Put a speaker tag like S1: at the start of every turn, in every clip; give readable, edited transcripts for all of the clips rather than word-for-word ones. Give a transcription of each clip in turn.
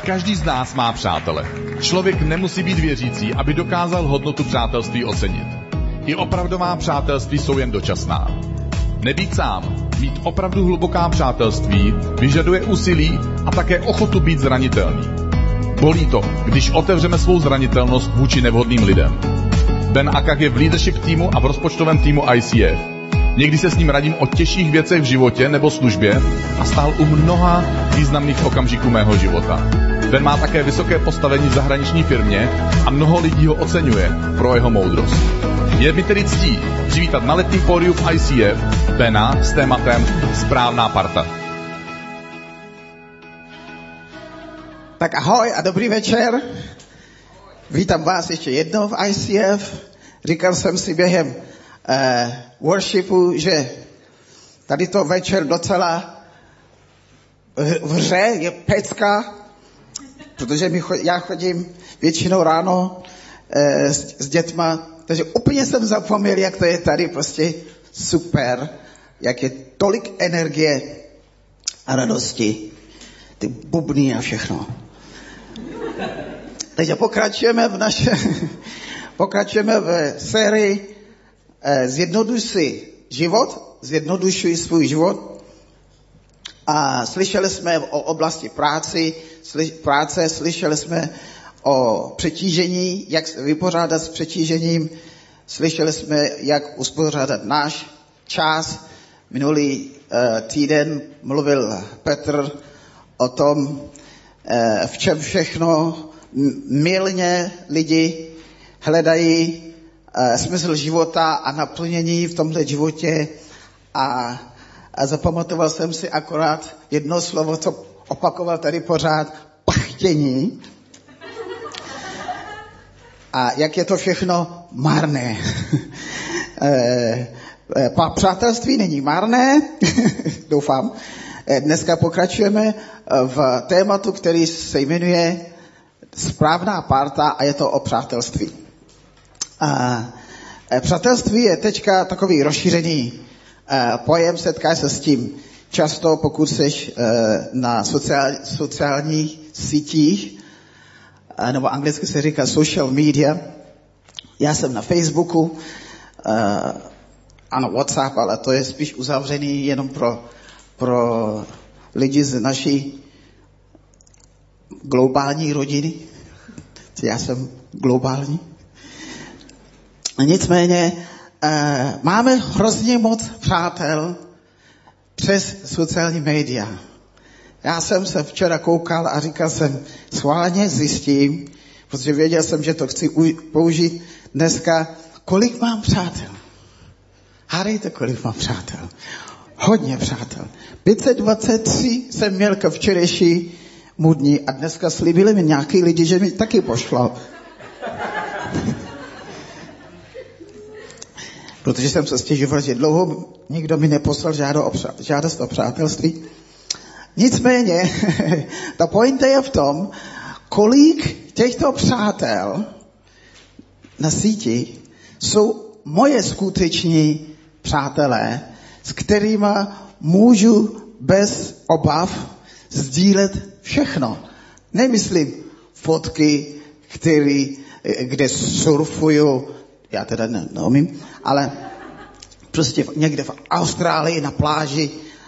S1: Každý z nás má přátele. Člověk nemusí být věřící, aby dokázal hodnotu přátelství ocenit. I opravdová přátelství jsou jen dočasná. Nebýt sám, mít opravdu hluboká přátelství vyžaduje úsilí a také ochotu být zranitelný. Bolí to, když otevřeme svou zranitelnost vůči nevhodným lidem. Ben Akak je v leadership týmu a v rozpočtovém týmu ICF. Někdy se s ním radím o těžších věcech v životě nebo službě a stál u mnoha významných okamžiků mého života. Ben má také vysoké postavení v zahraniční firmě a mnoho lidí ho oceňuje pro jeho moudrost. Je mi tedy ctí přivítat na letním pódiu v ICF Bena s tématem Správná parta.
S2: Tak ahoj a dobrý večer. Vítám vás ještě jednou v ICF. Říkal jsem si během worshipu, že tady to večer docela v hře je pecka, protože já chodím většinou ráno s dětma, takže úplně jsem zapomněl, jak to je tady prostě super, jak je tolik energie a radosti, ty bubny a všechno. Takže pokračujeme v sérii Zjednodušuj svůj život. A slyšeli jsme o oblasti práce, slyšeli jsme o přetížení, jak se vypořádat s přetížením, slyšeli jsme, jak uspořádat náš čas. Minulý týden mluvil Petr o tom, v čem všechno mylně lidi hledají smysl života a naplnění v tomhle životě a zapamatoval jsem si akorát jedno slovo, co opakoval tady pořád, pachtění. A jak je to všechno marné. Přátelství není marné, doufám. Dneska pokračujeme v tématu, který se jmenuje Správná parta a je to o přátelství. A přátelství je teďka takový rozšířený pojem, setkáš se s tím často, pokud seš na sociálních sítích, nebo anglicky se říká social media. Já jsem na Facebooku, ano, WhatsApp, ale to je spíš uzavřený jenom pro lidi z naší globální rodiny. Já jsem globální. Nicméně máme hrozně moc přátel přes sociální média. Já jsem se včera koukal a říkal jsem, schválně zjistím, protože věděl jsem, že to chci použít dneska, kolik mám přátel. Hádejte, kolik mám přátel. Hodně přátel. 523 jsem měl ke včerejšímu dní a dneska slíbili mi nějaký lidi, že mi taky pošlal. Protože jsem se stěžoval, že dlouho nikdo mi neposlal žádost o přátelství. Nicméně, ta pointa je v tom, kolik těchto přátel na síti jsou moje skuteční přátelé, s kterými můžu bez obav sdílet všechno. Nemyslím fotky, kde surfuju, já teda neumím, ale prostě někde v Austrálii na pláži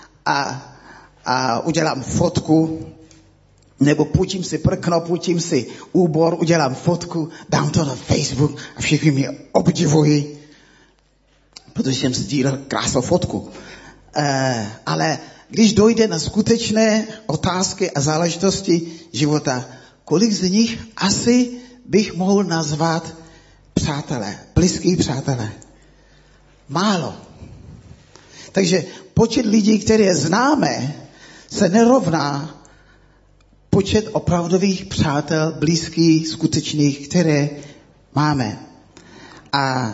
S2: a udělám fotku, nebo půjčím si prkno, půjčím si úbor, udělám fotku, dám to na Facebook a všichni mě obdivují, protože jsem sdílel krásnou fotku. Ale když dojde na skutečné otázky a záležitosti života, kolik z nich asi bych mohl nazvat přátelé, blízký přátelé? Málo. Takže počet lidí, které známe, se nerovná počet opravdových přátel, blízkých, skutečných, které máme. A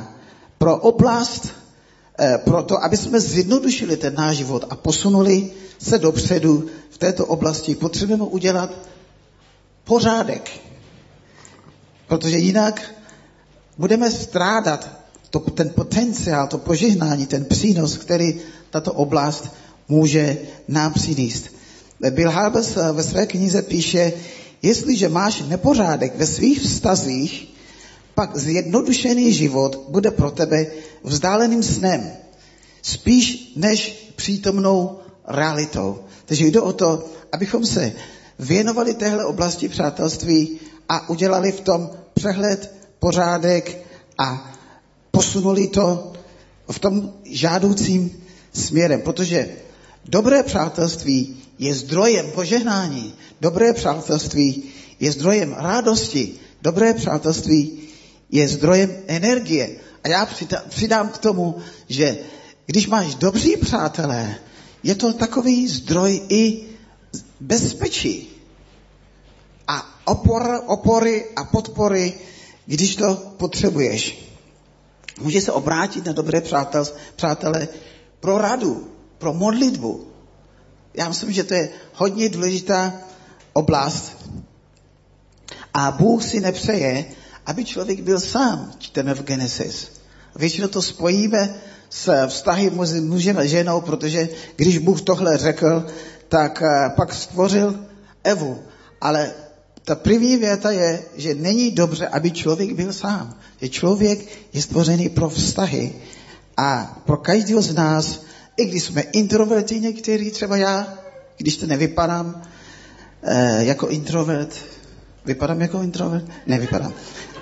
S2: pro to, aby jsme zjednodušili ten náš život a posunuli se dopředu v této oblasti, potřebujeme udělat pořádek. Protože jinak budeme strádat ten potenciál, to požehnání, ten přínos, který tato oblast může nám přinést. Bill Hybels ve své knize píše, Jestliže máš nepořádek ve svých vztazích, pak zjednodušený život bude pro tebe vzdáleným snem, spíš než přítomnou realitou. Takže jde o to, abychom se věnovali téhle oblasti přátelství a udělali v tom přehled, pořádek a posunuli to v tom žádoucím směrem, protože dobré přátelství je zdrojem požehnání, dobré přátelství je zdrojem radosti, dobré přátelství je zdrojem energie. A já přidám k tomu, že když máš dobří přátelé, je to takový zdroj i bezpečí a opory a podpory, když to potřebuješ. Můžeš se obrátit na dobré přátelé pro radu, pro modlitbu. Já myslím, že to je hodně důležitá oblast. A Bůh si nepřeje, aby člověk byl sám, čteme v Genesis. Většinou to spojíme s vztahy mezi mužem a ženou, protože když Bůh tohle řekl, tak pak stvořil Evu. Ale ta první věta je, že není dobře, aby člověk byl sám. Že člověk je stvořený pro vztahy. A pro každého z nás, i když jsme introverti někteří, třeba já, když to nevypadám jako introvert. Vypadám jako introvert? Nevypadám.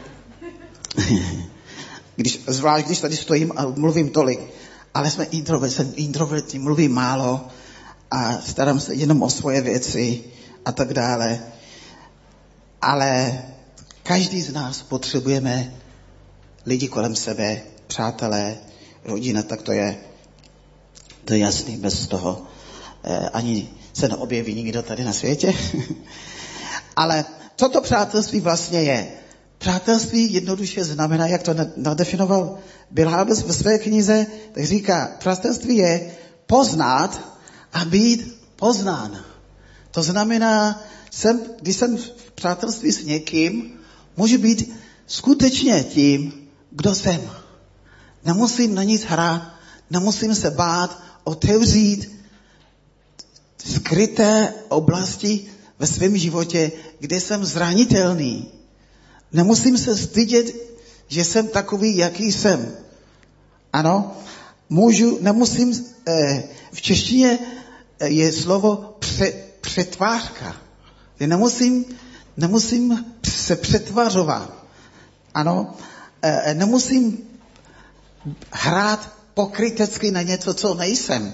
S2: Zvlášť, když tady stojím a mluvím tolik. Ale jsem introvertní, mluvím málo a starám se jenom o svoje věci a tak dále. Ale každý z nás potřebujeme lidi kolem sebe, přátelé, rodina, tak to je jasný, bez toho ani se neobjeví nikdo tady na světě. Ale co to přátelství vlastně je? Přátelství jednoduše znamená, jak to nadefinoval Bill Hybels ve své knize, tak říká, přátelství je poznat a být poznán. To znamená, když jsem v přátelství s někým, můžu být skutečně tím, kdo jsem. Nemusím na nic hrát, nemusím se bát otevřít skryté oblasti ve svém životě, kde jsem zranitelný. Nemusím se stydět, že jsem takový, jaký jsem. Ano, v češtině je slovo přetvářka. Nemusím se přetvařovat. Ano, nemusím hrát pokrytecky na něco, co nejsem.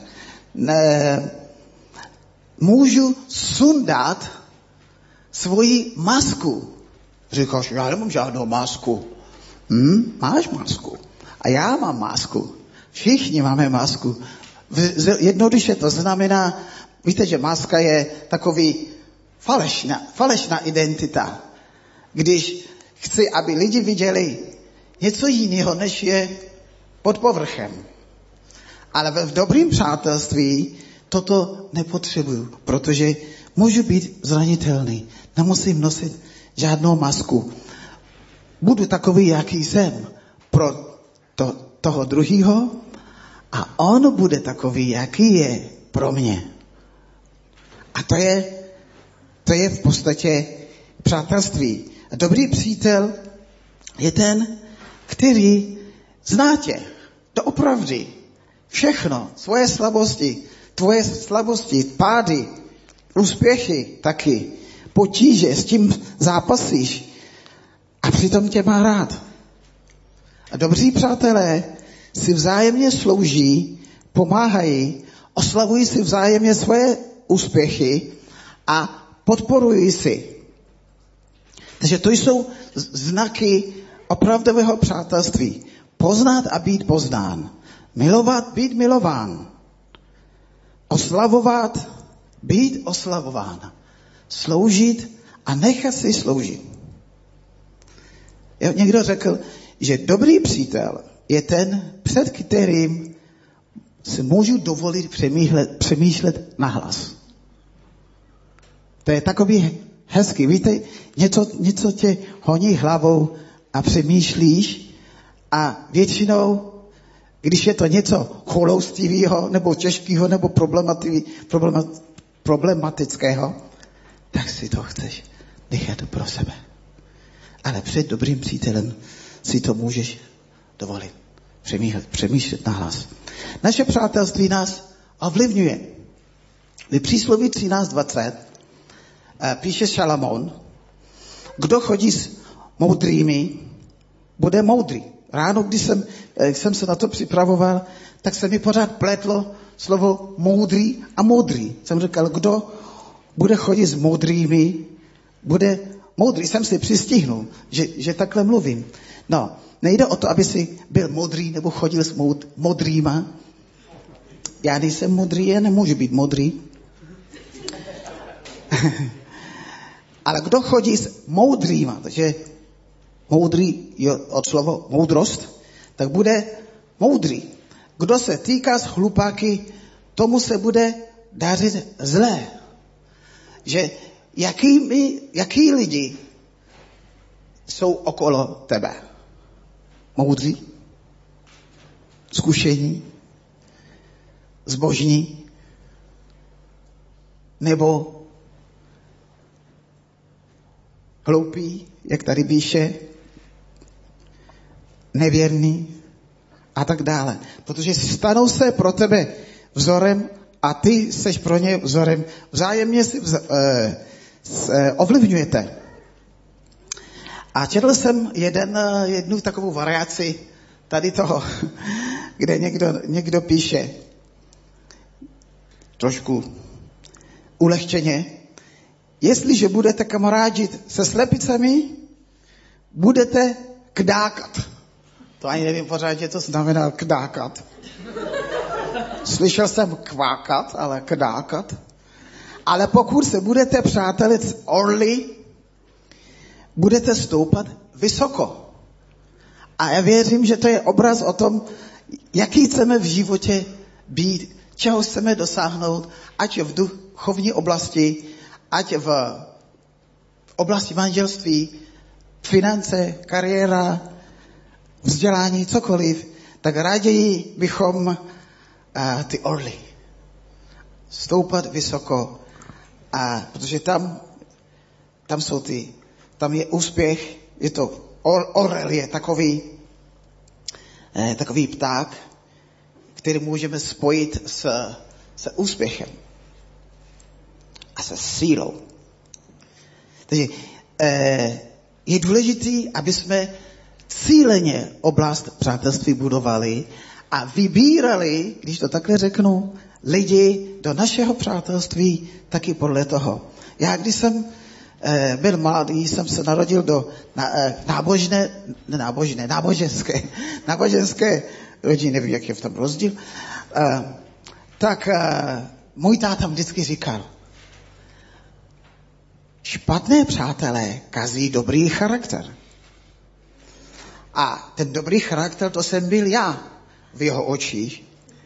S2: Můžu sundat svoji masku. Říkáš, já nemám žádnou masku. Máš masku. A já mám masku. Všichni máme masku. Jednoduše to znamená, víte, že maska je takový falešná identita. Když chci, aby lidi viděli něco jiného, než je pod povrchem. Ale v dobrým přátelství toto nepotřebuju, protože můžu být zranitelný. Nemusím nosit žádnou masku. Budu takový, jaký jsem pro toho druhýho a on bude takový, jaký je pro mě. A to je v podstatě přátelství. A dobrý přítel je ten, který zná tě doopravdy všechno, svoje slabosti, tvoje slabosti, pády, úspěchy taky, potíže, s tím zápasíš a přitom tě má rád. A dobří přátelé si vzájemně slouží, pomáhají, oslavují si vzájemně svoje úspěchy a podporují si. Takže to jsou znaky opravdového přátelství. Poznat a být poznán. Milovat, být milován. Oslavovat, být oslavován. Sloužit a nechat si sloužit. Někdo řekl, že dobrý přítel je ten, před kterým si můžu dovolit přemýšlet nahlas. To je takový hezký. Víte, něco tě honí hlavou a přemýšlíš a většinou, když je to něco chouloustivého nebo těžkého nebo problematického, tak si to chceš nechat pro sebe. Ale před dobrým přítelem si to můžeš dovolit. Přemýšlet nahlas. Naše přátelství nás ovlivňuje. V přísloví 13:20 píše Šalamón, kdo chodí s moudrými, bude moudrý. Ráno, když jsem se na to připravoval, tak se mi pořád pletlo slovo moudrý a moudrý. Jsem říkal, kdo bude chodit s moudrými, bude moudrý. Jsem si přistihnul, že takhle mluvím. No, nejde o to, aby si byl modrý nebo chodil s modrýma. Já nejsem modrý, já nemůžu být modrý. Ale kdo chodí s moudrýma, takže moudrý je od slova moudrost, tak bude moudrý. Kdo se týká s hlupáky, tomu se bude dařit zlé. Že jaký lidi jsou okolo tebe? Moudří, zkušení, zbožní, nebo hloupý, jak tady píše, nevěrný a tak dále. Protože stanou se pro tebe vzorem a ty seš pro ně vzorem. Vzájemně si ovlivňujete. A četl jsem jednu takovou variaci tady toho, kde někdo píše trošku ulehčeně, jestliže budete kamarádit se slepicemi, budete kdákat. To ani nevím pořádně, co znamená kdákat. Slyšel jsem kvákat, ale kdákat. Ale pokud se budete přátelit s orly, budete stoupat vysoko. A já věřím, že to je obraz o tom, jaký chceme v životě být, čeho chceme dosáhnout, ať v duchovní oblasti, ať v oblasti manželství, finance, kariéra, vzdělání, cokoliv, tak raději bychom ty orly stoupat vysoko, protože tam je úspěch, je to orel je takový pták, který můžeme spojit se úspěchem a se sílou. Takže je důležité, aby jsme cíleně oblast přátelství budovali a vybírali, když to takhle řeknu, lidi do našeho přátelství taky podle toho. Já, když jsem byl mladý, jsem se narodil do náboženské rodiny, nevím, jak je v tom rozdíl, tak můj táta vždycky říkal, špatné přátelé kazí dobrý charakter. A ten dobrý charakter, to jsem byl já v jeho očích.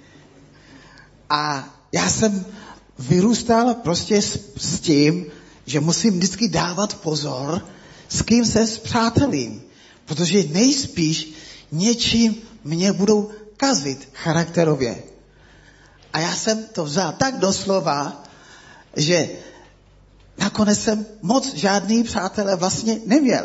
S2: A já jsem vyrůstal prostě s tím, že musím vždycky dávat pozor, s kým se spřátelím. Protože nejspíš něčím mě budou kazit charakterově. A já jsem to vzal tak doslova, že nakonec jsem moc žádný přátelé vlastně neměl.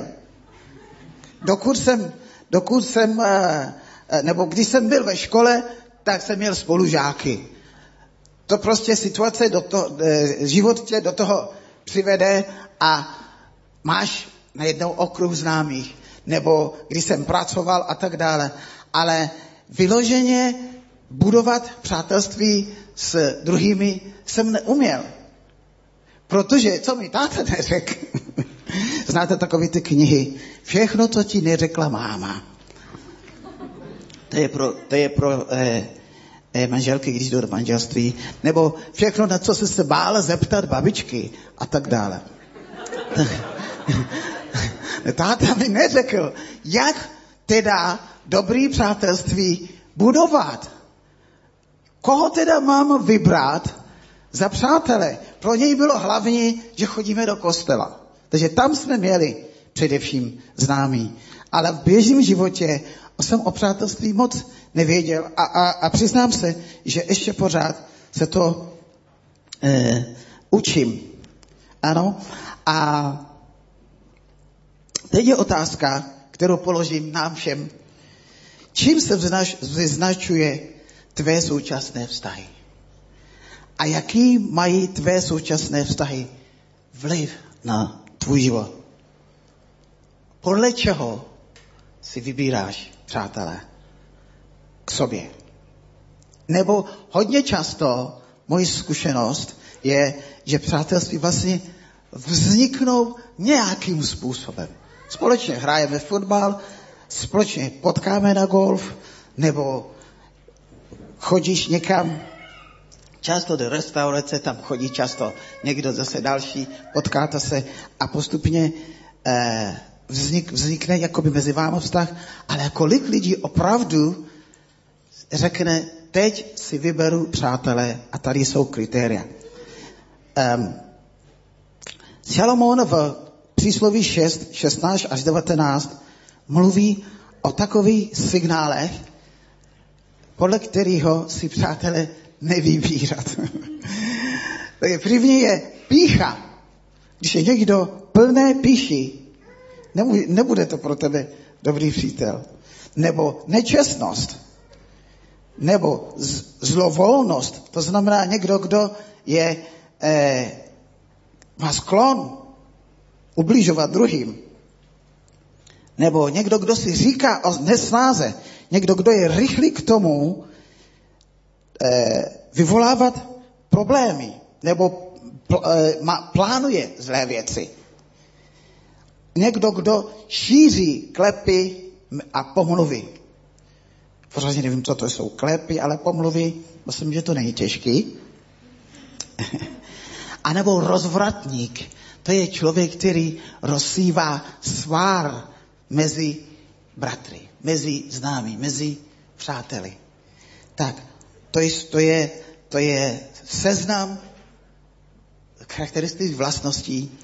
S2: Když jsem byl ve škole, tak jsem měl spolužáky. To prostě situace život tě do toho přivede a máš najednou okruh známých. Nebo když jsem pracoval a tak dále. Ale vyloženě budovat přátelství s druhými jsem neuměl. Protože, co mi táta neřekl, znáte takové ty knihy, všechno, co ti neřekla máma. To je pro manželky, když jdou do manželství, nebo všechno, na co se bála zeptat babičky a tak dále. Táta mi neřekl, jak teda dobrý přátelství budovat. Koho teda mám vybrat za přátele? Pro něj bylo hlavní, že chodíme do kostela. Takže tam jsme měli především známí. Ale v běžném životě jsem o přátelství moc nevěděl a přiznám se, že ještě pořád se to učím. Ano. A Teď je otázka, kterou položím nám všem. Čím se vyznačuje tvé současné vztahy? A jaký mají tvé současné vztahy vliv na tvůj život? Podle čeho si vybíráš přátelé k sobě? Nebo hodně často moje zkušenost je, že přátelství vlastně vzniknou nějakým způsobem. Společně hrajeme fotbal, společně potkáme na golf, nebo chodíš někam, často do restaurace, tam chodí často někdo zase další, potkáte se a postupně vznikne jakoby mezi vámi vztah, ale kolik lidí opravdu řekne, teď si vyberu přátelé a tady jsou kritéria. Šalamón v přísloví 6, 16 až 19 mluví o takových signálech, podle kterého si přátelé nevybírat. Takže první je pýcha. Když je někdo plné pýchy, nebude to pro tebe dobrý přítel. Nebo nečestnost. Nebo zlovolnost. To znamená někdo, kdo je, má sklon ubližovat druhým. Nebo někdo, kdo si říká o nesnáze. Někdo, kdo je rychlý k tomu vyvolávat problémy. Nebo plánuje zlé věci. Někdo, kdo šíří klepy a pomluvy. Pořádně nevím, co to jsou klepy, ale pomluvy, myslím, že to není těžký. A nebo rozvratník. To je člověk, který rozsívá svár mezi bratry, mezi známi, mezi přáteli. Tak, to je seznam charakteristických vlastností,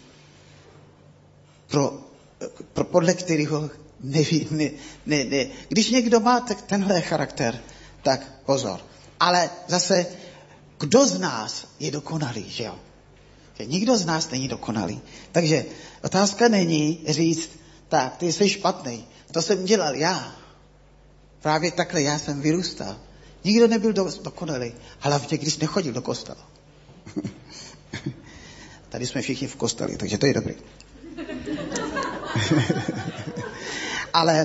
S2: podle kterého ne. Když někdo má tenhle charakter, tak pozor. Ale zase, kdo z nás je dokonalý, že jo? Že nikdo z nás není dokonalý. Takže otázka není říct, tak, ty jsi špatný, to jsem dělal já. Právě takhle já jsem vyrůstal. Nikdo nebyl dokonalý, hlavně když nechodil do kostela. Tady jsme všichni v kosteli, takže to je dobrý. Ale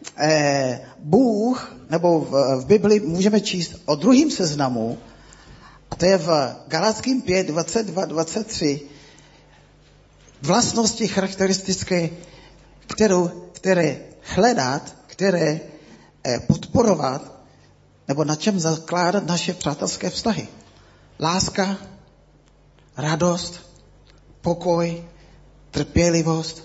S2: Bůh, nebo v Bibli můžeme číst o druhém seznamu, a to je v Galatským 5, 22, 23, vlastnosti charakteristické, které hledat, které podporovat, nebo na čem zakládat naše přátelské vztahy. Láska, radost, pokoj, trpělivost,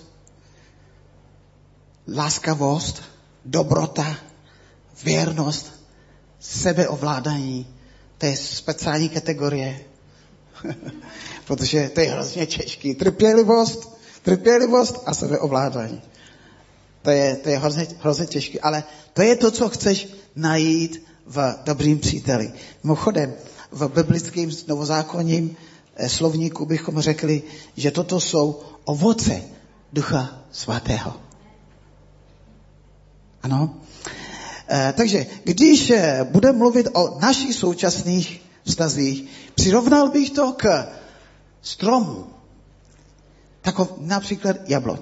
S2: láskavost, dobrota, věrnost, sebeovládání. To je speciální kategorie, protože to je hrozně těžký. Trpělivost a sebeovládání. To je hrozně těžký, ale to je to, co chceš najít v dobrým příteli. Mimochodem, v biblickém novozákonním slovníku bychom řekli, že toto jsou ovoce Ducha Svatého. Ano? Takže když budeme mluvit o našich současných vztazích, přirovnal bych to k stromu. Takov například jabloň.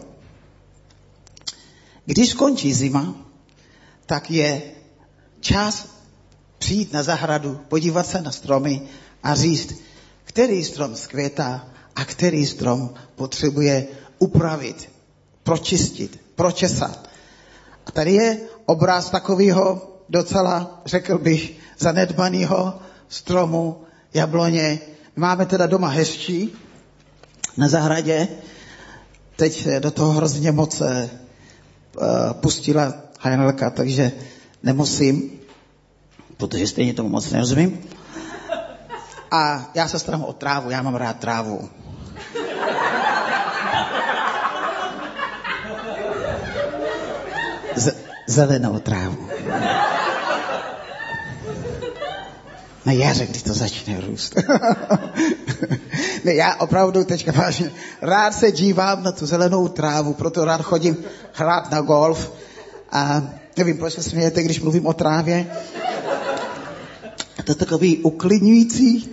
S2: Když skončí zima, tak je čas přijít na zahradu, podívat se na stromy a říct, který strom zkvětá a který strom potřebuje upravit, pročistit, pročesat. A tady je obraz takového docela, řekl bych, zanedbaného stromu jabloně. Máme teda doma hřečí na zahradě. Teď do toho hrozně moc pustila Hajnelka, takže nemusím, protože stejně tomu moc nerozumím. A já se starám o trávu, já mám rád trávu. Zelenou trávu. Na jaře, když to začne růst. Ne, já opravdu teďka vážně rád se dívám na tu zelenou trávu, proto rád chodím hrát na golf. A nevím, proč se smějete, když mluvím o trávě. To je takový uklidňující.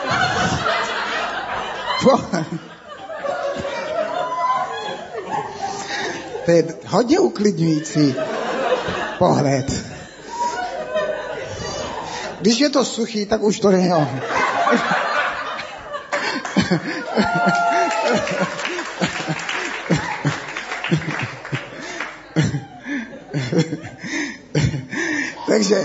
S2: To je hodně uklidňující pohled. Když je to suchý, tak už to není. Takže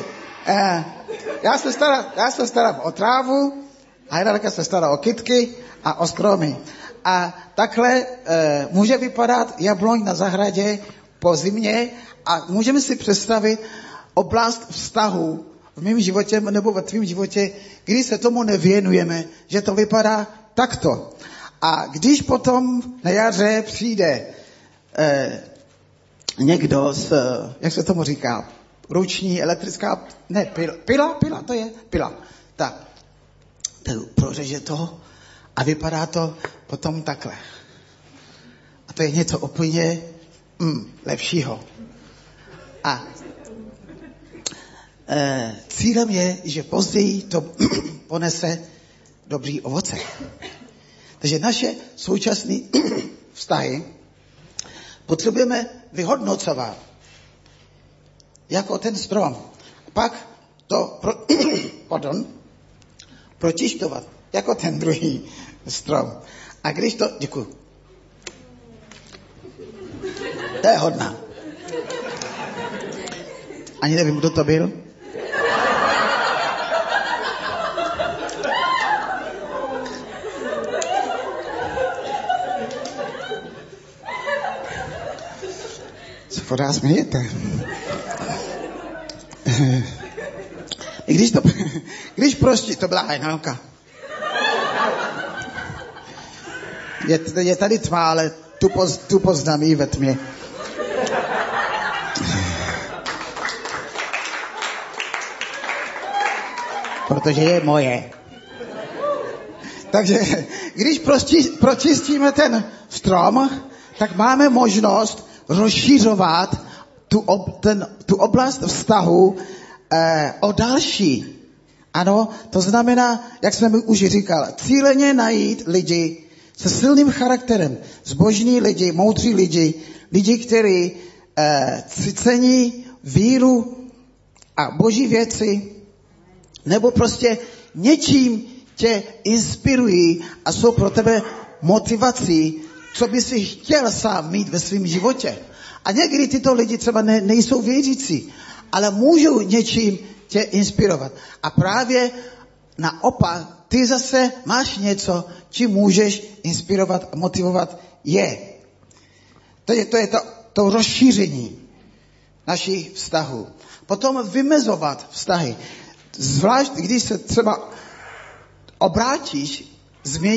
S2: já se starám o trávu, a Hajralka se stará o kytky a o stromy. A takhle může vypadat jabloň na zahradě po zimě a můžeme si představit oblast vztahu v mém životě nebo ve tvém životě, kdy se tomu nevěnujeme, že to vypadá takto. A když potom na jaře přijde někdo s, jak se tomu říká, ruční, elektrická, ne, pila, to je pila. Tak, prořeže to a vypadá to potom takhle. A to je něco úplně lepšího. A cílem je, že později to ponese dobrý ovoce. Takže naše současné vztahy potřebujeme vyhodnocovat jako ten strom. Pak to pročišťovat jako ten druhý strom. A když to... Děkuju. To je hodná. Ani nevím, kdo to byl. Co pořád smějete? Když prostě, to byla Hajnalka. Je tady tma, ale tu poznám jí ve tmě. Protože je moje. Takže když pročistíme ten strom, tak máme možnost rozšiřovat tu oblast vztahu o další. Ano, to znamená, jak jsem už říkal, cíleně najít lidi se silným charakterem, zbožní lidi, moudří lidi, kteří cení víru a boží věci, nebo prostě něčím tě inspirují a jsou pro tebe motivací, co by si chtěl sám mít ve svém životě. A někdy tyto lidi třeba nejsou věřící, ale můžou něčím tě inspirovat. A právě naopak, ty zase máš něco, čím můžeš inspirovat a motivovat je. To je to rozšíření našich vztahů. Potom vymezovat vztahy. Zvlášť, když se třeba obrátíš,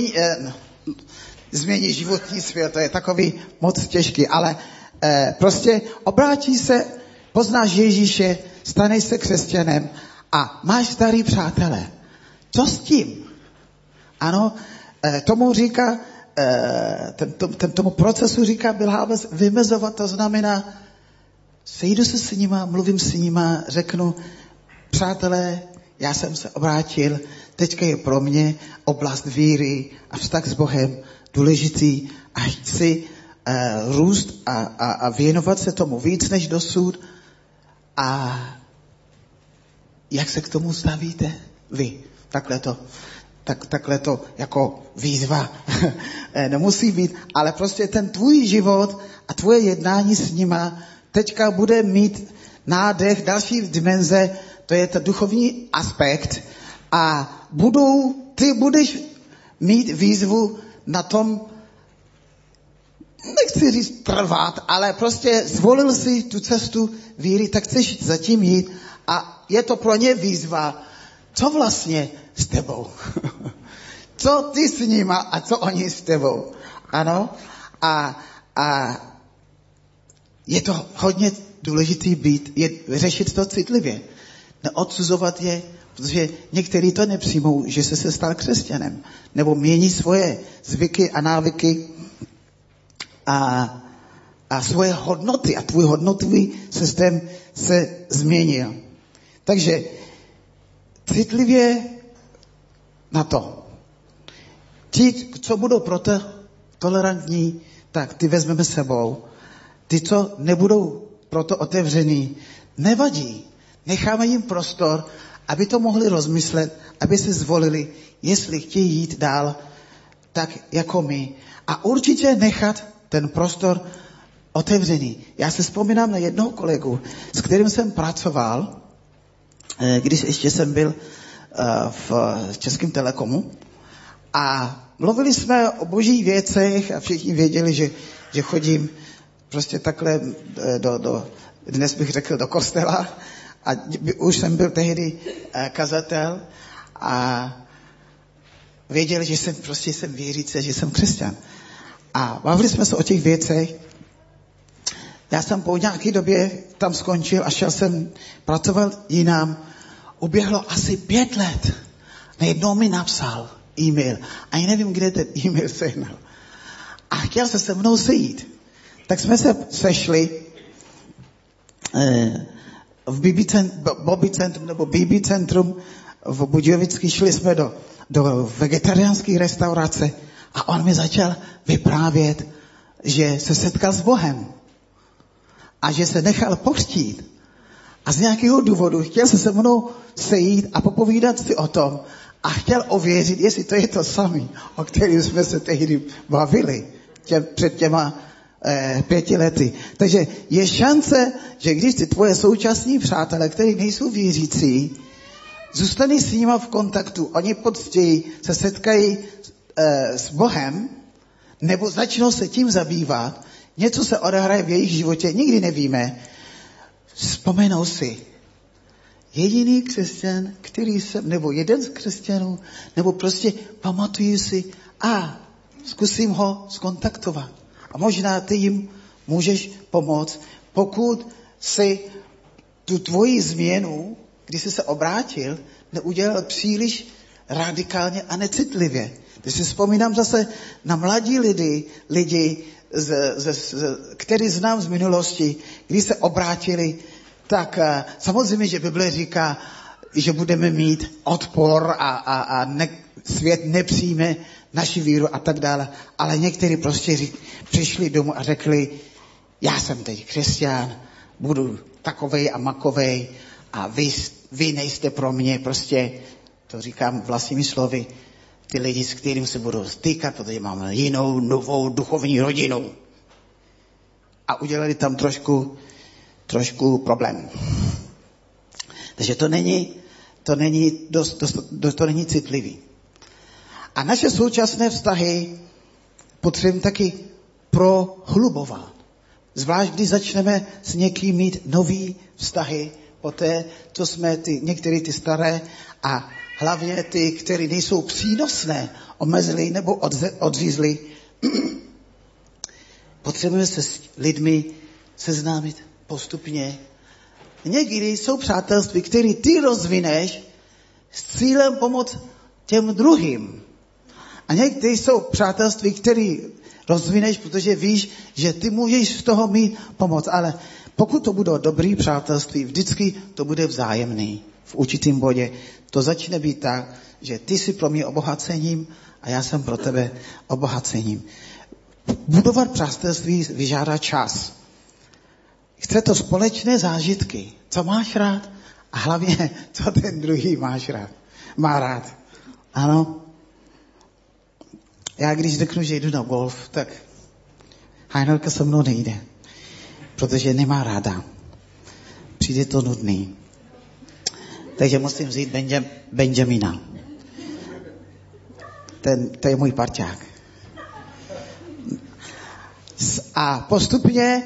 S2: změní životní svět, to je takový moc těžký, ale prostě obrátíš se, poznáš Ježíše, staneš se křesťanem a máš starý přátelé. Co s tím? Ano, tomu říká, tomu procesu říká Bill Hybels, vymezovat, to znamená, sejdu se s nima, mluvím s nima, řeknu, přátelé, já jsem se obrátil, teďka je pro mě oblast víry a vztah s Bohem důležitý a chci růst a věnovat se tomu víc než dosud. A jak se k tomu stavíte vy? Takhle to jako výzva nemusí být, ale prostě ten tvůj život a tvoje jednání s nima teďka bude mít nádech, další dimenze, to je ten duchovní aspekt a ty budeš mít výzvu na tom, nechci říct trvat, ale prostě zvolil si tu cestu víry, tak chceš zatím jít a je to pro ně výzva, co vlastně s tebou. Co ty s nima a co oni s tebou. Ano? A je to hodně důležitý řešit to citlivě. Neodsuzovat je, Protože někteří to nepřijmou, že se stal křesťanem. Nebo mění svoje zvyky a návyky a svoje hodnoty. A tvůj hodnotový systém se změnil. Takže citlivě na to. Ti, co budou proto tolerantní, tak ty vezmeme sebou. Ty, co nebudou proto otevřený, nevadí. Necháme jim prostor, aby to mohli rozmyslet, aby si zvolili, jestli chtějí jít dál, tak jako my. A určitě nechat ten prostor otevřený. Já se vzpomínám na jednoho kolegu, s kterým jsem pracoval, když ještě jsem byl v Českém Telekomu. A mluvili jsme o božích věcech a všichni věděli, že chodím prostě takhle dnes bych řekl do kostela. A už jsem byl tehdy kazatel a věděli, že jsem věřící, že jsem křesťan. A bavili jsme se o těch věcech. Já jsem po nějaké době tam skončil a šel jsem pracovat jinam. Uběhlo asi 5 let. Najednou mi napsal e-mail. Ani nevím, kde ten e-mail sehnal. A chtěl se mnou sejít. Tak jsme se sešli v BB centrum v Budějovicky. Šli jsme do vegetariánské restaurace a on mi začal vyprávět, že se setkal s Bohem a že se nechal pokřtít. A z nějakého důvodu chtěl se mnou sejít a popovídat si o tom a chtěl ověřit, jestli to je to samé, o kterém jsme se tehdy bavili před těma 5 lety. Takže je šance, že když ty tvoje současní přátelé, kteří nejsou věřící, zůstaní s nima v kontaktu, oni poctěji se setkají s Bohem, nebo začnou se tím zabývat, něco se odehraje v jejich životě, nikdy nevíme, vzpomenou si, jediný křesťan, který jsem, nebo jeden z křesťanů, nebo prostě pamatuju si a zkusím ho skontaktovat. A možná ty jim můžeš pomoct, pokud si tu tvoji změnu, když jsi se obrátil, neudělal příliš radikálně a necitlivě. Když si vzpomínám zase na mladí lidi, který znám z minulosti, když se obrátili, tak samozřejmě, že Bible říká, že budeme mít odpor a svět nepřijme naši víru a tak dále. Ale někteří prostě přišli domů a řekli, já jsem teď křesťan, budu takovej a makovej a vy nejste pro mě, prostě to říkám vlastními slovy, ty lidi, s kterým se budu stýkat, protože máme jinou, novou duchovní rodinu. A udělali tam trošku problém. Takže to není citlivý. A naše současné vztahy potřebujeme taky prohlubovat. Zvlášť, když začneme s někým mít nový vztahy, poté, co jsme některé ty staré a hlavně ty, které nejsou přínosné, omezili nebo odřízli. Potřebujeme se s lidmi seznámit postupně. Někdy jsou přátelství, které ty rozvineš s cílem pomoct těm druhým. A někdy jsou přátelství, které rozvineš, protože víš, že ty můžeš z toho mít pomoc. Ale pokud to budou dobrý přátelství, vždycky to bude vzájemný. V určitém bodě to začne být tak, že ty jsi pro mě obohacením a já jsem pro tebe obohacením. Budovat přátelství vyžádá čas. Chce to společné zážitky. Co máš rád? A hlavně, co ten druhý má rád. Ano. Já když řeknu, že jdu na golf, tak Hajnalka se mnou nejde. Protože nemá ráda. Přijde to nudný. Takže musím vzít Benjamina. To je můj parťák. A postupně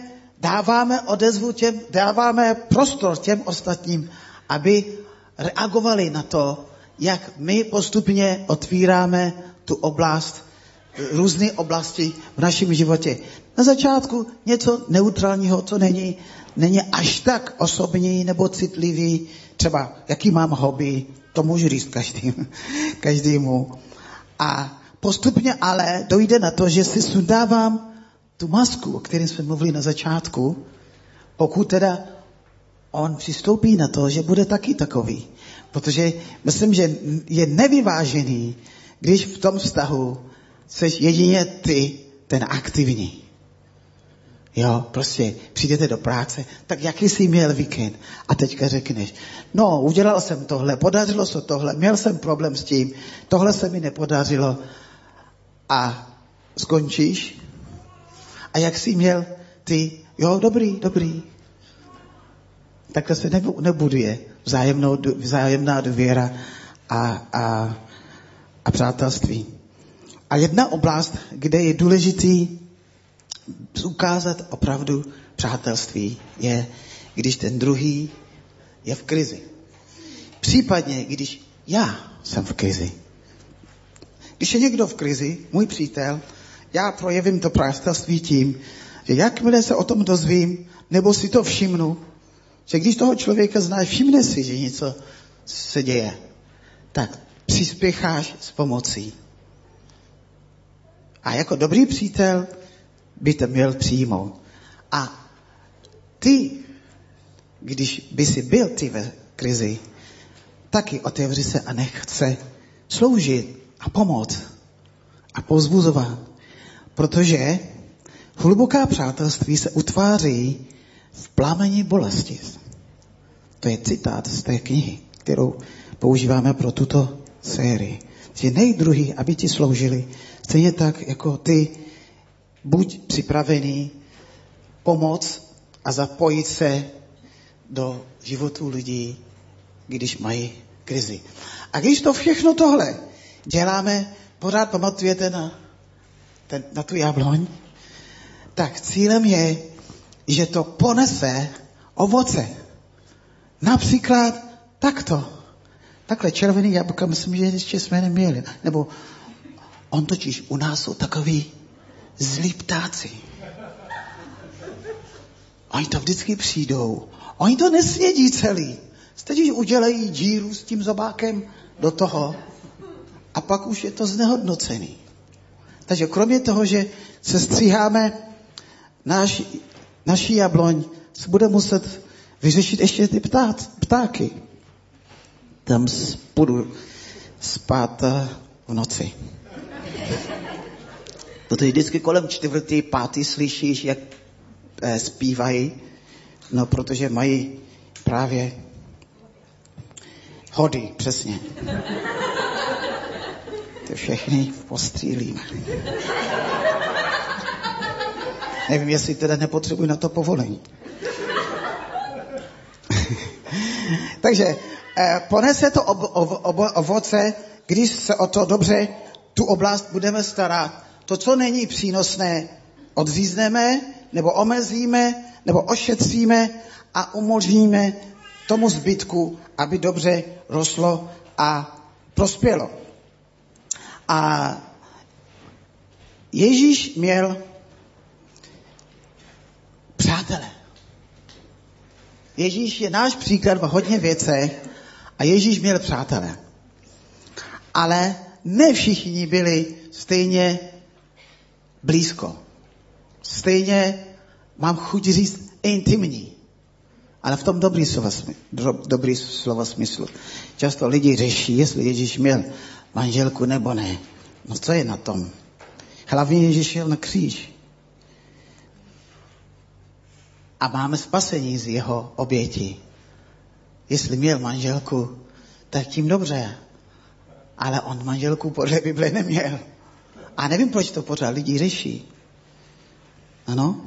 S2: dáváme prostor těm ostatním, aby reagovali na to, jak my postupně otvíráme tu oblast, různé oblasti v našem životě. Na začátku něco neutrálního, co není až tak osobní nebo citlivý, třeba, jaký mám hobby, to můžu říct každému. A postupně ale dojde na to, že si sundávám tu masku, o které jsme mluvili na začátku, pokud teda on přistoupí na to, že bude taky takový. Protože myslím, že je nevyvážený, když v tom vztahu seš jedině ty, ten aktivní. Jo, prostě přijdete do práce, tak jaký jsi měl víkend? A teďka řekneš, no, udělal jsem tohle, podařilo se tohle, měl jsem problém s tím, tohle se mi nepodařilo. A skončíš? A jak jsi měl ty? Jo, dobrý. Takhle se nebuduje vzájemná důvěra a přátelství. A jedna oblast, kde je důležitý ukázat opravdu přátelství, je, když ten druhý je v krizi. Případně, když já jsem v krizi. Když je někdo v krizi, můj přítel, já projevím to přátelství tím, že jakmile se o tom dozvím, nebo si to všimnu, že když toho člověka znáš, všimne si, že něco se děje, tak přispěcháš s pomocí. A jako dobrý přítel by to měl přijmout. A ty, když by si byl ty ve krizi, taky otevři se a nech se sloužit a pomoct a povzbuzovat. Protože hluboká přátelství se utváří v plameni bolesti. To je citát z té knihy, kterou používáme pro tuto sérii. Že nej druhý, aby ti sloužili, stejně tak, jako ty buď připravený pomoct a zapojit se do životů lidí, když mají krizi. A když to všechno tohle děláme, pořád pamatujete na tu jabloň, tak cílem je, že to ponese ovoce. Například takhle červený jablka, myslím, že ještě jsme neměli. Nebo on totiž u nás jsou takový zlí ptáci. Oni to vždycky přijdou. Oni to nesnědí celý. Totiž udělají díru s tím zobákem do toho a pak už je to znehodnocený. Takže kromě toho, že se stříháme naší jabloň, se bude muset vyřešit ještě ty ptáky. Tam budu spát v noci. Protože vždycky kolem 4., 5. slyšíš, jak zpívají, no protože mají právě hody, přesně. To všechny postřílíme. Nevím, jestli teda nepotřebuji na to povolení. Takže ponese to ovoce, když se o to dobře tu oblast budeme starat. To, co není přínosné, odřízneme, nebo omezíme, nebo ošetříme a umožníme tomu zbytku, aby dobře rostlo a prospělo. A Ježíš měl přátele. Ježíš je náš příklad v hodně věcech a Ježíš měl přátele. Ale ne všichni byli stejně blízko. Stejně, mám chuť říct, intimní. Ale v tom dobrý slova smyslu. Často lidi řeší, jestli Ježíš měl manželku nebo ne. No co je na tom? Hlavně Ježíš šel na kříž. A máme spasení z jeho oběti. Jestli měl manželku, tak tím dobře. Ale on manželku podle Bible neměl. A nevím, proč to pořád lidi řeší. Ano?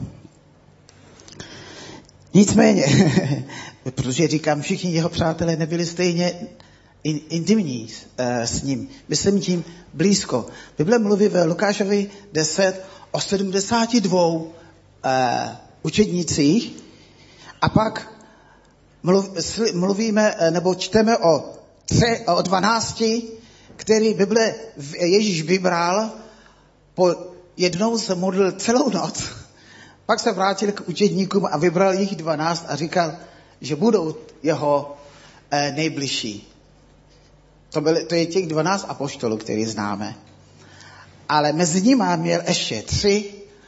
S2: Nicméně, protože říkám, všichni jeho přátelé nebyli stejně intimní s ním. Myslím tím blízko. Bible mluví ve Lukášovi 10 o 72 učednících a pak mluvíme, nebo čteme o 12, který Bible Ježíš vybral, jednou se modlil celou noc, pak se vrátil k učedníkům a vybral jich 12 a říkal, že budou jeho nejbližší. To je těch 12 apoštolů, který známe. Ale mezi nimi měl ještě 3.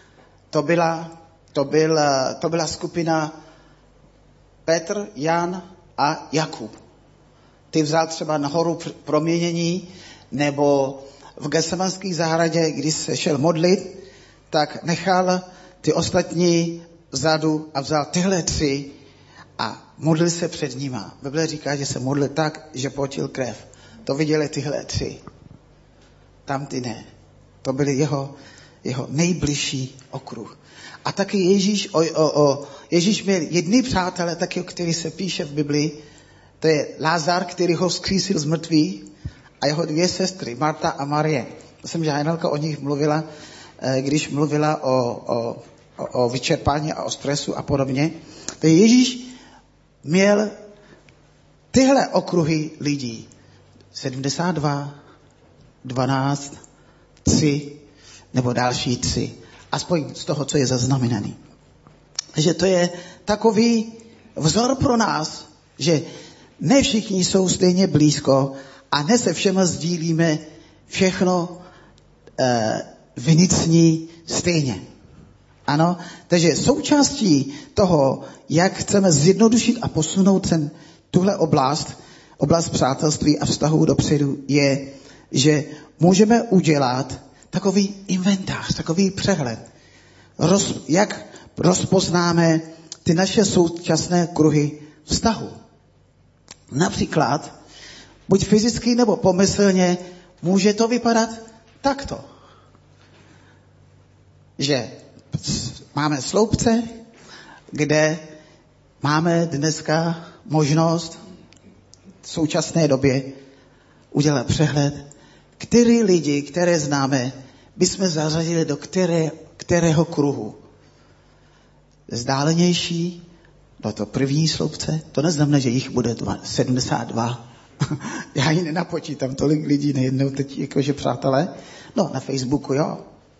S2: To byla skupina Petr, Jan a Jakub. Ty vzal třeba nahoru proměnění, nebo v Getsemanské zahradě, když se šel modlit, tak nechal ty ostatní vzadu a vzal tyhle 3 a modlil se před nima. Bible říká, že se modlil tak, že potil krev. To viděli tyhle 3. Tam ty ne. To byl jeho nejbližší okruh. A taky Ježíš měl jedny přátelé, taky, o který se píše v Biblii. To je Lázar, který ho vzkřísil z mrtvých, a jeho 2 sestry, Marta a Marie. Myslím, že Hajnalka o nich mluvila, když mluvila o vyčerpání a o stresu a podobně. To Ježíš měl tyhle okruhy lidí. 72, 12, 3 nebo další 3. Aspoň z toho, co je zaznamenaný. Takže to je takový vzor pro nás, že ne všichni jsou stejně blízko a ne se všema sdílíme všechno vnitřní stejně. Ano, takže součástí toho, jak chceme zjednodušit a posunout tuhle oblast přátelství a vztahu dopředu, je, že můžeme udělat takový inventář, takový přehled. Jak rozpoznáme ty naše současné kruhy vztahu. Například, buď fyzicky nebo pomyslně, může to vypadat takto. Že máme sloupce, kde máme dneska možnost v současné době udělat přehled, který lidi, které známe, bychom zařadili do kterého kruhu. Vzdálenější do toho první sloupce, to neznamená, že jich bude 72. Já ji nenapočítám, tolik lidí nejednou teď, jakože přátelé. No, na Facebooku, jo.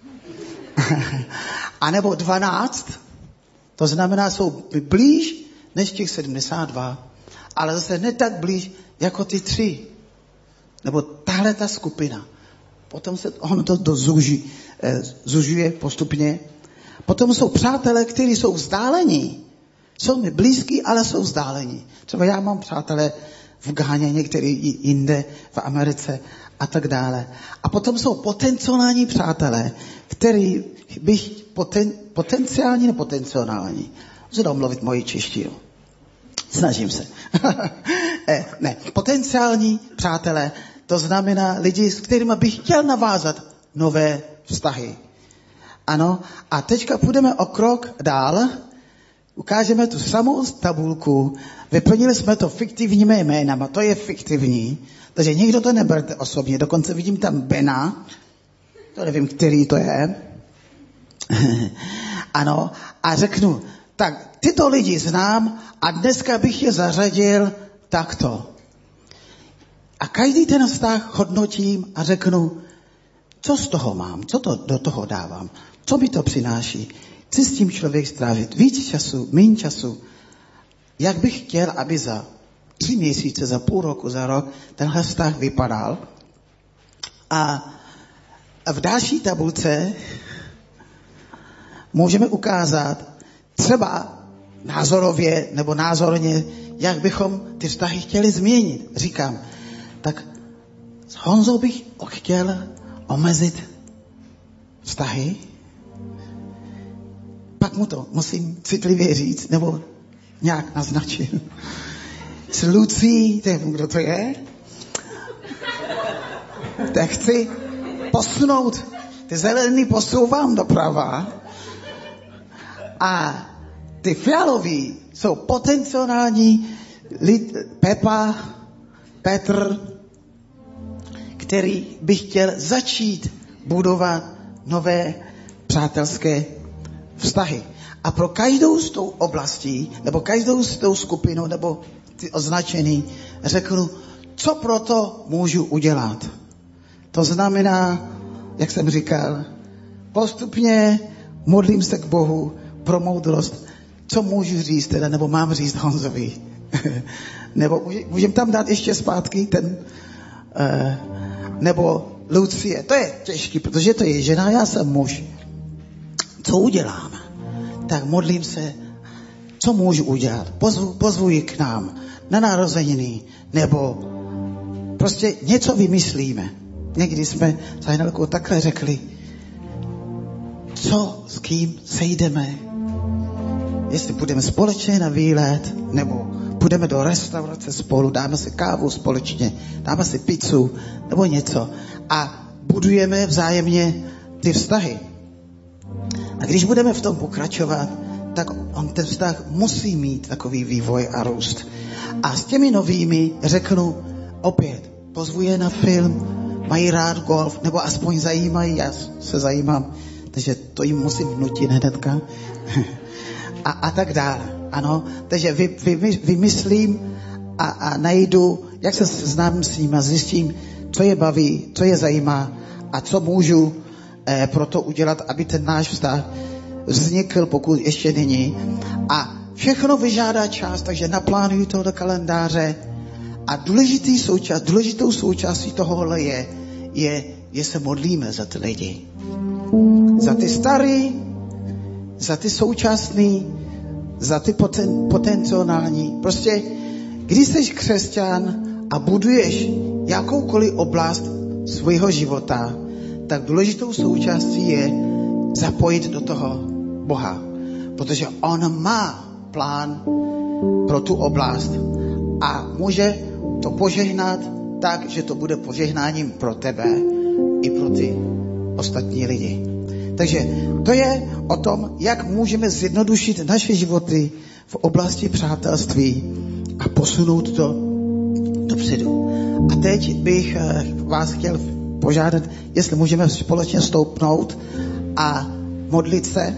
S2: A nebo 12, to znamená, jsou blíž než těch 72, ale zase ne tak blíž jako ty 3. Nebo tahle ta skupina. Potom se ono to zužuje postupně. Potom jsou přátelé, kteří jsou vzdálení. Jsou mi blízký, ale jsou vzdálení. Třeba já mám přátelé v Ghaně, některý jinde, v Americe a tak dále. A potom jsou potenciální přátelé, který bych potenciální, nepotenciální. Můžu mluvit moji češtinu. Snažím se. Ne, potenciální přátelé, to znamená lidi, s kterými bych chtěl navázat nové vztahy. Ano, a teďka půjdeme o krok dál, ukážeme tu samou tabulku, vyplnili jsme to fiktivními jménama, to je fiktivní, takže nikdo to neberte osobně, dokonce vidím tam Bena, to nevím, který to je. Ano, a řeknu, tak tyto lidi znám a dneska bych je zařadil takto. A každý ten vztah hodnotím a řeknu, co z toho mám, co to do toho dávám, co mi to přináší, chci s tím člověk strávit víc času, méně času, jak bych chtěl, aby za 3 měsíce, za půl roku, za rok tenhle vztah vypadal. A v další tabulce můžeme ukázat třeba názorově nebo názorně, jak bychom ty vztahy chtěli změnit. Říkám, tak s Honzou bych chtěl omezit vztahy, pak mu to musím citlivě říct, nebo nějak naznačit. S Lucí, nevím, kdo to je, tak chci posunout, ty zelený posouvám doprava a ty fialový jsou potenciální Pepa, Petr, který by chtěl začít budovat nové přátelské vztahy. A pro každou z tou oblastí, nebo každou z tou skupinu, nebo ty označený, řeknu, co proto můžu udělat. To znamená, jak jsem říkal, postupně modlím se k Bohu pro moudrost, co můžu říct teda, nebo mám říct Honzovi Nebo můžeme tam dát ještě zpátky ten, nebo Lucie. To je těžký, protože to je žena, já jsem muž. Co udělám? Tak modlím se, co můžu udělat? Pozvu ji k nám na narozeniny, nebo prostě něco vymyslíme. Někdy jsme s Hajnalkou takhle řekli, co s kým sejdeme, jestli půjdeme společně na výlet, nebo půjdeme do restaurace spolu, dáme si kávu společně, dáme si pizzu, nebo něco. A budujeme vzájemně ty vztahy. A když budeme v tom pokračovat, tak ten vztah musí mít takový vývoj a růst. A s těmi novými řeknu opět, pozvu je na film, mají rád golf, nebo aspoň zajímají, já se zajímám, takže to jim musím vnutit hnedka. A tak dále. Ano, takže vymyslím a najdu, jak se seznámím s nimi a zjistím, co je baví, co je zajímá a co můžu pro to udělat, aby ten náš vztah vznikl, pokud ještě není. A všechno vyžádá čas, takže naplánuji to do kalendáře. A důležitou součástí tohohle je se modlíme za ty lidi. Za ty starý, za ty současný, za ty potenciální. Prostě, když jsi křesťan a buduješ jakoukoliv oblast svého života, tak důležitou součástí je zapojit do toho Boha. Protože on má plán pro tu oblast a může to požehnat tak, že to bude požehnáním pro tebe i pro ty ostatní lidi. Takže to je o tom, jak můžeme zjednodušit naše životy v oblasti přátelství a posunout to dopředu. A teď bych vás chtěl požádat, jestli můžeme společně stoupnout a modlit se.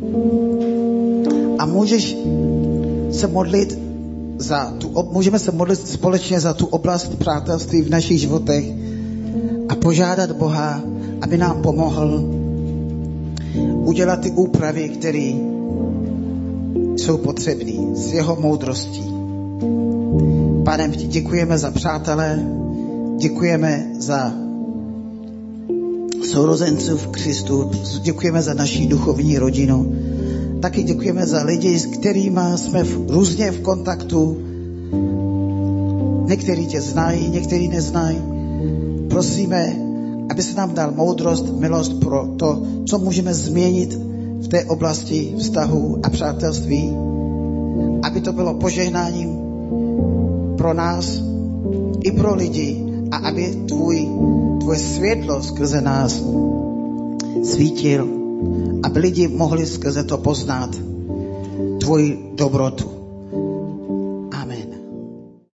S2: A můžeš se modlit můžeme se modlit společně za tu oblast přátelství v našich životech a požádat Boha, aby nám pomohl udělat ty úpravy, které jsou potřebné s jeho moudrostí. Pane, ti děkujeme za přátelé, děkujeme za sourozenců v Kristu, děkujeme za naši duchovní rodinu, taky děkujeme za lidi, s kterými jsme různě v kontaktu. Někteří tě znají, někteří neznají. Prosíme, aby se nám dal moudrost, milost pro to, co můžeme změnit v té oblasti vztahu a přátelství, aby to bylo požehnáním pro nás i pro lidi a aby tvoje světlo skrze nás svítil, aby lidi mohli skrze to poznat tvoji dobrotu.